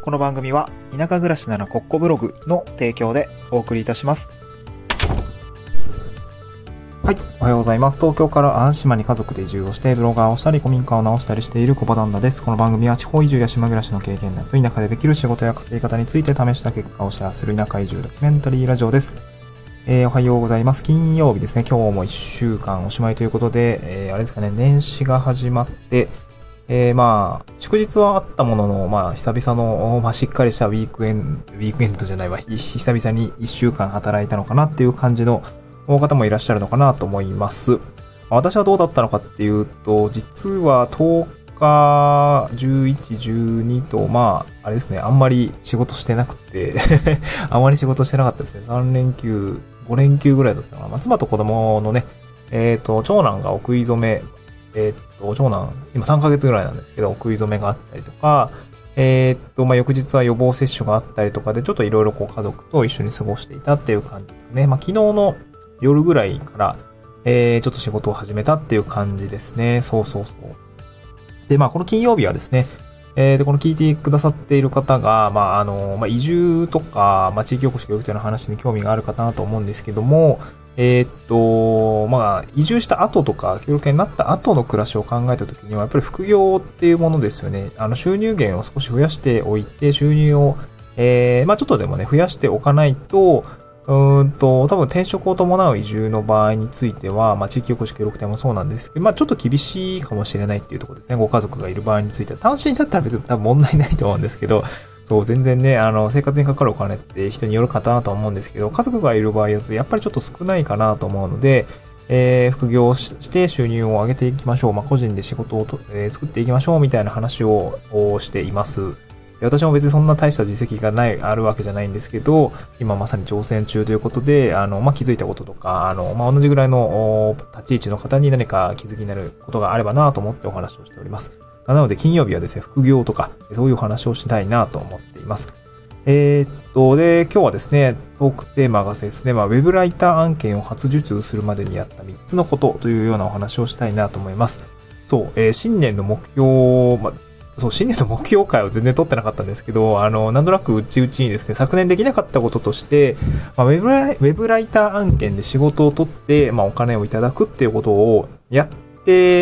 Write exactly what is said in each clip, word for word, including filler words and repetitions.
この番組は田舎暮らしならコッコブログの提供でお送りいたします。はい、おはようございます。東京から安島に家族で移住をしてブロガーをしたり古民家を直したりしている小場旦那です。この番組は地方移住や島暮らしの経験談と田舎でできる仕事や稼ぎ方について試した結果をシェアする田舎移住ドキュメンタリーラジオです。えー、おはようございます。金曜日ですね。今日もいっしゅうかんおしまいということで、えー、あれですかね、年始が始まって、えー、まあ、祝日はあったものの、まあ、久々の、まあ、しっかりしたウィークエンド、ウィークエンドじゃないわ、久々にいっしゅうかん働いたのかなっていう感じの方もいらっしゃるのかなと思います。私はどうだったのかっていうと、実はとおか、じゅういち、じゅうにと、まあ、あれですね、あんまり仕事してなくて、あんまり仕事してなかったですね。さんれんきゅう、ごれんきゅうぐらいだったかな。まあ、妻と子供のね、えっと、長男がお食い初め、えっと、長男、今さんかげつぐらいなんですけど、お食い初めがあったりとか、えっと、まあ、翌日は予防接種があったりとかで、ちょっといろいろこう家族と一緒に過ごしていたっていう感じですかね。まあ、昨日の夜ぐらいから、えー、ちょっと仕事を始めたっていう感じですね。そうそうそう。で、まあ、この金曜日はですね、えー、で、この聞いてくださっている方が、まあ、あの、まあ、移住とか、まあ、地域おこし教育というの話に興味がある方だと思うんですけども、えー、っと、まあ、移住した後とか、協力犬になった後の暮らしを考えたときには、やっぱり副業っていうものですよね。あの、収入源を少し増やしておいて、収入を、えー、まあ、ちょっとでもね、増やしておかないと、うーんと、多分転職を伴う移住の場合については、まあ、地域おこし協力隊もそうなんですけど、まあ、ちょっと厳しいかもしれないっていうところですね。ご家族がいる場合については。単身だったら別に多分問題ないと思うんですけど、そう、全然ね、あの、生活にかかるお金って人によるかなと思うんですけど、家族がいる場合だとやっぱりちょっと少ないかなと思うので、えー、副業して収入を上げていきましょう。まあ、個人で仕事をと、えー、作っていきましょうみたいな話をしています。私も別にそんな大した実績がない、あるわけじゃないんですけど、今まさに挑戦中ということで、あの、まあ、気づいたこととか、あの、まあ、同じぐらいの立ち位置の方に何か気づきになることがあればなと思ってお話をしております。なので金曜日はですね、副業とか、そういう話をしたいなと思っています。えー、っと、で、今日はですね、トークテーマがですね、まあ、ウェブライター案件を初受注するまでにやったみっつのことというようなお話をしたいなと思います。そう、えー、新年の目標、まあそう、新年の目標会を全然取ってなかったんですけど、あの、なんとなくうちうちにですね、昨年できなかったこととして、まあ、ウェブライ、ウェブライター案件で仕事を取って、まあ、お金をいただくっていうことをやって、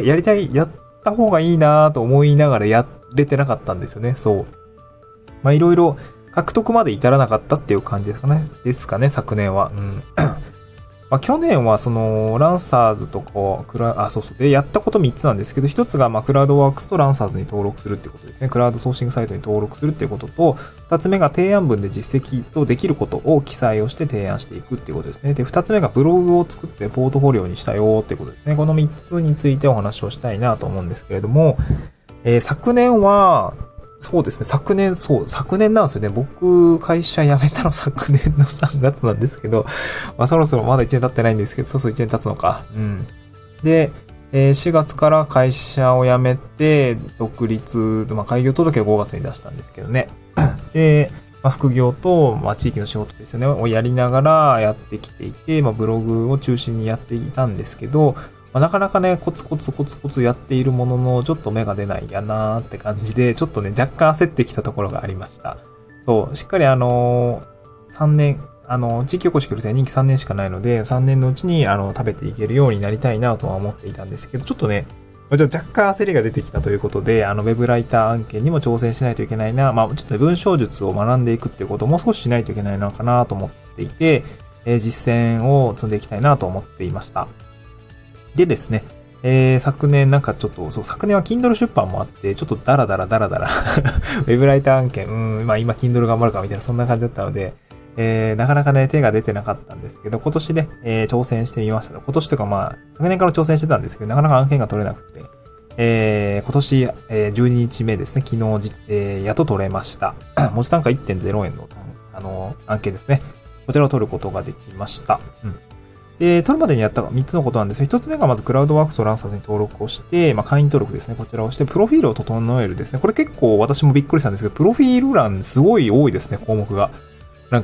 やりたい、やった方がいいなと思いながらやれてなかったんですよね、そう。まあ、いろいろ獲得まで至らなかったっていう感じですかね、ですかね、昨年は。うん。まあ、去年はそのランサーズとかクラあそうそうでやったことみっつなんですけど、ひとつがまあクラウドワークスとランサーズに登録するってことですね。クラウドソーシングサイトに登録するってことと、ふたつめが提案文で実績とできることを記載をして提案していくっていうことですね。で、ふたつめがブログを作ってポートフォリオにしたよってことですね。このみっつについてお話をしたいなと思うんですけれども、えー、昨年はそうですね。昨年、そう、昨年なんですよね。僕、会社辞めたの昨年のさんがつなんですけど、まあそろそろまだいちねん経ってないんですけど、そうそういちねん経つのか。うん。で、えー、しがつから会社を辞めて、独立、まあ開業届をごがつに出したんですけどね。で、まあ副業と、まあ地域の仕事ですよね、をやりながらやってきていて、まあブログを中心にやっていたんですけど、まあ、なかなかね、コツコツコツコツやっているものの、ちょっと芽が出ないやなーって感じで、ちょっとね、若干焦ってきたところがありました。そう、しっかりあのー、さんねん、あの、地域おこし協力隊任期さんねんしかないので、さんねんのうちに、あの、食べていけるようになりたいなとは思っていたんですけど、ちょっとね、若干焦りが出てきたということで、あの、ウェブライター案件にも挑戦しないといけないな、まあ、ちょっと、ね、文章術を学んでいくっていうことをもう少ししないといけないのかなと思っていて、えー、実践を積んでいきたいなと思っていました。でですね、えー、昨年なんかちょっと、そう、昨年は Kindle 出版もあって、ちょっとダラダラダラダラ、ウェブライター案件、うん、まあ今 Kindle 頑張るかみたいなそんな感じだったので、えー、なかなかね、手が出てなかったんですけど、今年ね、えー、挑戦してみました。今年とかまあ、昨年から挑戦してたんですけど、なかなか案件が取れなくて、えー、今年、えー、じゅうににちめですね、昨日じ、えー、やっと取れました。文字単価 いってんゼロ 円の、あの、案件ですね。こちらを取ることができました。うん。で、取るまでにやったみっつのことなんですが、ひとつめがまずクラウドワークスとランサーズに登録をして、まあ、会員登録ですね。こちらをして、プロフィールを整えるですね。これ結構私もびっくりしたんですけど、プロフィール欄すごい多いですね、項目が。なんか、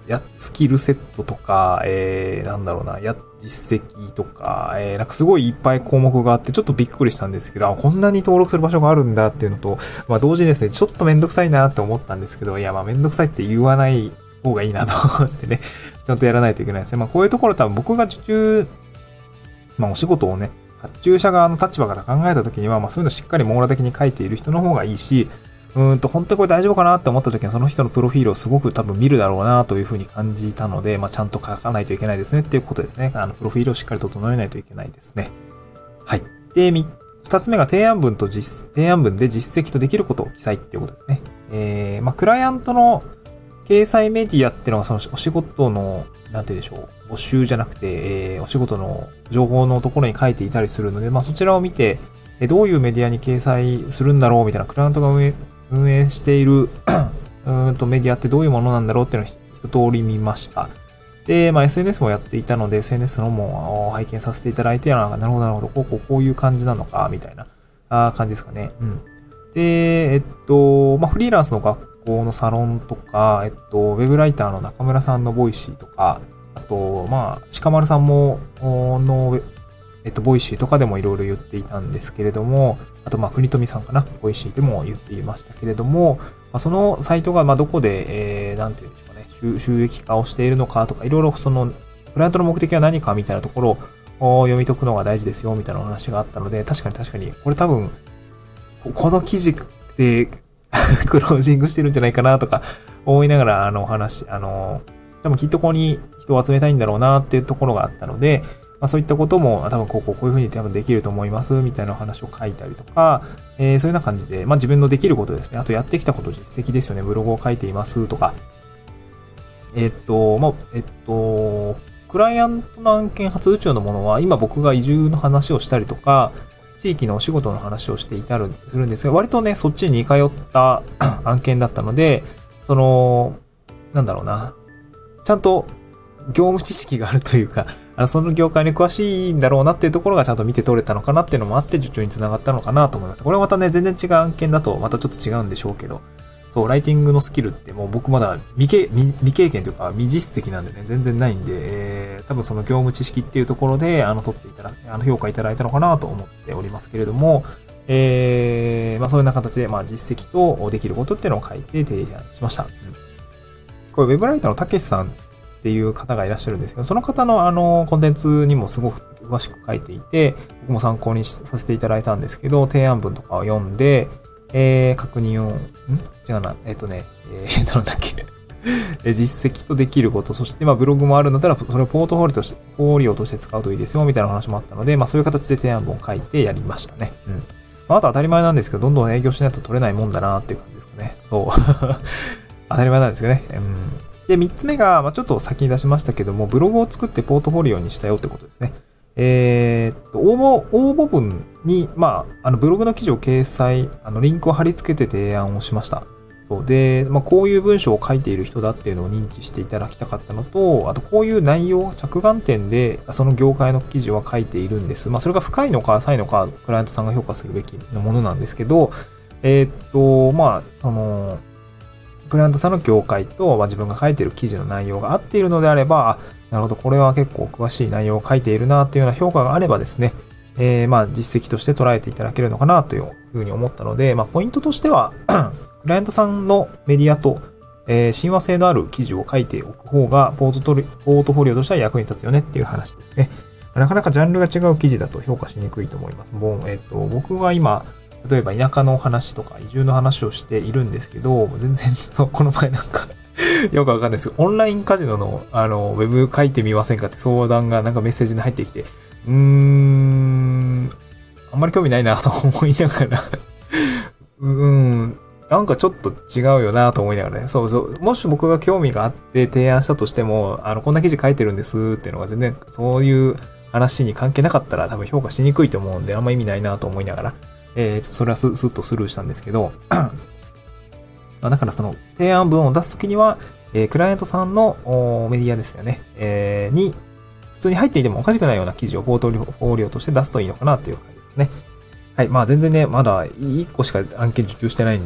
や、スキルセットとか、えー、なんだろうな、や、実績とか、えー、なんかすごいいっぱい項目があって、ちょっとびっくりしたんですけど、あ、こんなに登録する場所があるんだっていうのと、まあ同時にですね、ちょっとめんどくさいなって思ったんですけど、いや、まあめんどくさいって言わない方がいいなと思ってね、ちゃんとやらないといけないですね。まあこういうところ多分僕が受注、まあお仕事をね、発注者側の立場から考えたときには、まあそういうのしっかり網羅的に書いている人の方がいいし、うーんと、本当にこれ大丈夫かなって思った時にその人のプロフィールをすごく多分見るだろうなというふうに感じたので、まあちゃんと書かないといけないですねっていうことですね。あの、プロフィールをしっかり整えないといけないですね。はい。で、み、二つ目が提案文と実、提案文で実績とできることを記載っていうことですね。えー、まあクライアントの掲載メディアっていうのはそのお仕事の、なんて言うんでしょう、募集じゃなくて、えー、お仕事の情報のところに書いていたりするので、まあそちらを見て、どういうメディアに掲載するんだろうみたいな、クライアントが運営、運営しているうーんとメディアってどういうものなんだろうっていうのを一通り見ました。で、まあ エスエヌエス もやっていたので、エスエヌエス のも拝見させていただいて、なるほどなるほど、こうこうこういう感じなのか、みたいなあ感じですかね。うん。で、えっと、まあフリーランスの学校のサロンとか、えっと、ウェブライターの中村さんのボイシーとか、あと、まあ、鹿丸さんも、の、えっと、ボイシーとかでもいろいろ言っていたんですけれども、あと、まあ、国富さんかな、ボイシーでも言っていましたけれども、まあ、そのサイトが、まあ、どこで、えー、なんていうんでしょうかね、収、収益化をしているのかとか、いろいろその、クライアントの目的は何かみたいなところを読み解くのが大事ですよ、みたいなお話があったので、確かに確かに、これ多分、この記事で、クロージングしてるんじゃないかなとか思いながら、あの、お話、あの、多分きっとここに人を集めたいんだろうなっていうところがあったので、まあそういったことも多分こうこうこういうふうに多分できると思いますみたいなお話を書いたりとか、えー、そういうような感じで、まあ自分のできることですね。あとやってきたこと実績ですよね。ブログを書いていますとか。えー、っと、まあ、えっと、クライアントの案件初受注のものは今僕が移住の話をしたりとか、地域のお仕事の話をしていたりするんですが、割とね、そっちに通った案件だったので、その、なんだろうな。ちゃんと業務知識があるというか、あのその業界に詳しいんだろうなっていうところがちゃんと見て取れたのかなっていうのもあって受注につながったのかなと思います。これはまたね、全然違う案件だとまたちょっと違うんでしょうけど、そう、ライティングのスキルってもう僕まだ未経、未、未経験というか未実績なんでね、全然ないんで、えー、多分その業務知識っていうところで、あの、取っていただ、あの、評価いただいたのかなと思っておりますけれども、えー、まあそういうような形で、まあ実績とできることっていうのを書いて提案しました。うん、これ、ウェブライターのたけしさんっていう方がいらっしゃるんですけど、その方のあの、コンテンツにもすごく詳しく書いていて、僕も参考にさせていただいたんですけど、提案文とかを読んで、えー、確認を、ん違うな、えっ、ー、とね、えー、どなんだっけ実績とできること、そしてまあブログもあるのだら、それをポートフォリオとして、ポーリオとして使うといいですよ、みたいな話もあったので、まあそういう形で提案文を書いてやりましたね。うん。まああと当たり前なんですけど、どんどん営業しないと取れないもんだなっていう感じですかね。そう。当たり前なんですよね。うん。で、三つ目が、まあちょっと先に出しましたけども、ブログを作ってポートフォリオにしたよってことですね。えー、っと、応募、応募文に、まあ、あの、ブログの記事を掲載、あの、リンクを貼り付けて提案をしました。そう。で、まあ、こういう文章を書いている人だっていうのを認知していただきたかったのと、あと、こういう内容、着眼点で、その業界の記事は書いているんです。まあ、それが深いのか浅いのか、クライアントさんが評価するべきのものなんですけど、えー、っと、まあ、その、クライアントさんの業界と、まあ、自分が書いている記事の内容が合っているのであれば、なるほど、これは結構詳しい内容を書いているなっていうような評価があればですね、えー、まあ実績として捉えていただけるのかなというふうに思ったので、まあポイントとしては、クライアントさんのメディアと、えー、親和性のある記事を書いておく方がポートトリ、ポートフォリオとしては役に立つよねっていう話ですね。なかなかジャンルが違う記事だと評価しにくいと思います。もう、えっと、僕は今、例えば田舎の話とか移住の話をしているんですけど、全然、そう、この前なんかよくわかんないですけど、オンラインカジノの、あの、ウェブ書いてみませんかって相談がなんかメッセージに入ってきて、うーん、あんまり興味ないなと思いながらうーん、なんかちょっと違うよなと思いながらね。そうそう。もし僕が興味があって提案したとしても、あの、こんな記事書いてるんですっていうのが全然、そういう話に関係なかったら多分評価しにくいと思うんで、あんま意味ないなと思いながら、えー、ちょっとそれはススッとスルーしたんですけど、だからその提案文を出すときには、えー、クライアントさんのメディアですよね、えー、に、普通に入っていてもおかしくないような記事をポートフォリオとして出すといいのかなっていう感じですね。はい。まあ全然ね、まだいっこしか案件受注してないんで、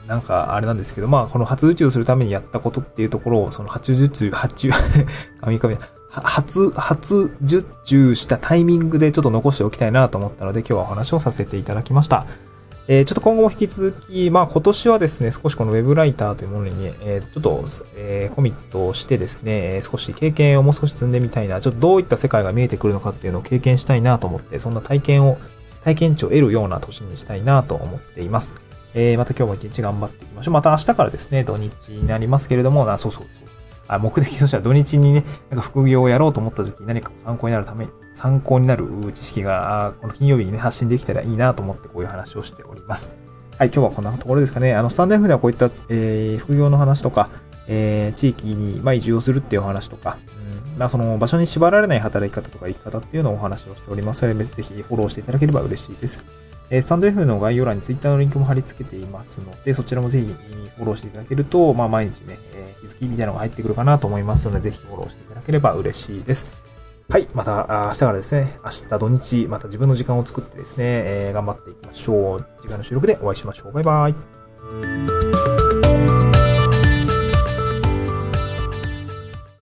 なんかあれなんですけど、まあこの初受注するためにやったことっていうところを、その初受注、発注、神々、初、初受注したタイミングでちょっと残しておきたいなと思ったので、今日はお話をさせていただきました。えー、ちょっと今後も引き続き、まあ今年はですね、少しこのウェブライターというものに、えー、ちょっと、えー、コミットをしてですね、少し経験をもう少し積んでみたいな、ちょっとどういった世界が見えてくるのかっていうのを経験したいなと思って、そんな体験を、体験値を得るような年にしたいなと思っています。えー、また今日も一日頑張っていきましょう。また明日からですね、土日になりますけれども、あ、そうそうそう。あ、目的としては土日にね、なんか副業をやろうと思った時に何か参考になるため、参考になる知識が、この金曜日にね、発信できたらいいなと思ってこういう話をしております。はい、今日はこんなところですかね。あの、スタンド F ではこういった、えー、副業の話とか、えー、地域に、まあ、移住をするっていうお話とか、うん、まあ、その場所に縛られない働き方とか生き方っていうのをお話をしております。それでぜひフォローしていただければ嬉しいです。えー、スタンド F の概要欄に Twitter のリンクも貼り付けていますので、そちらもぜひフォローしていただけると、まあ、毎日ね、えー、気づきみたいなのが入ってくるかなと思いますので、ぜひフォローしていただければ嬉しいです。はい。また、明日からですね、明日土日、また自分の時間を作ってですね、えー、頑張っていきましょう。次回の収録でお会いしましょう。バイバイ。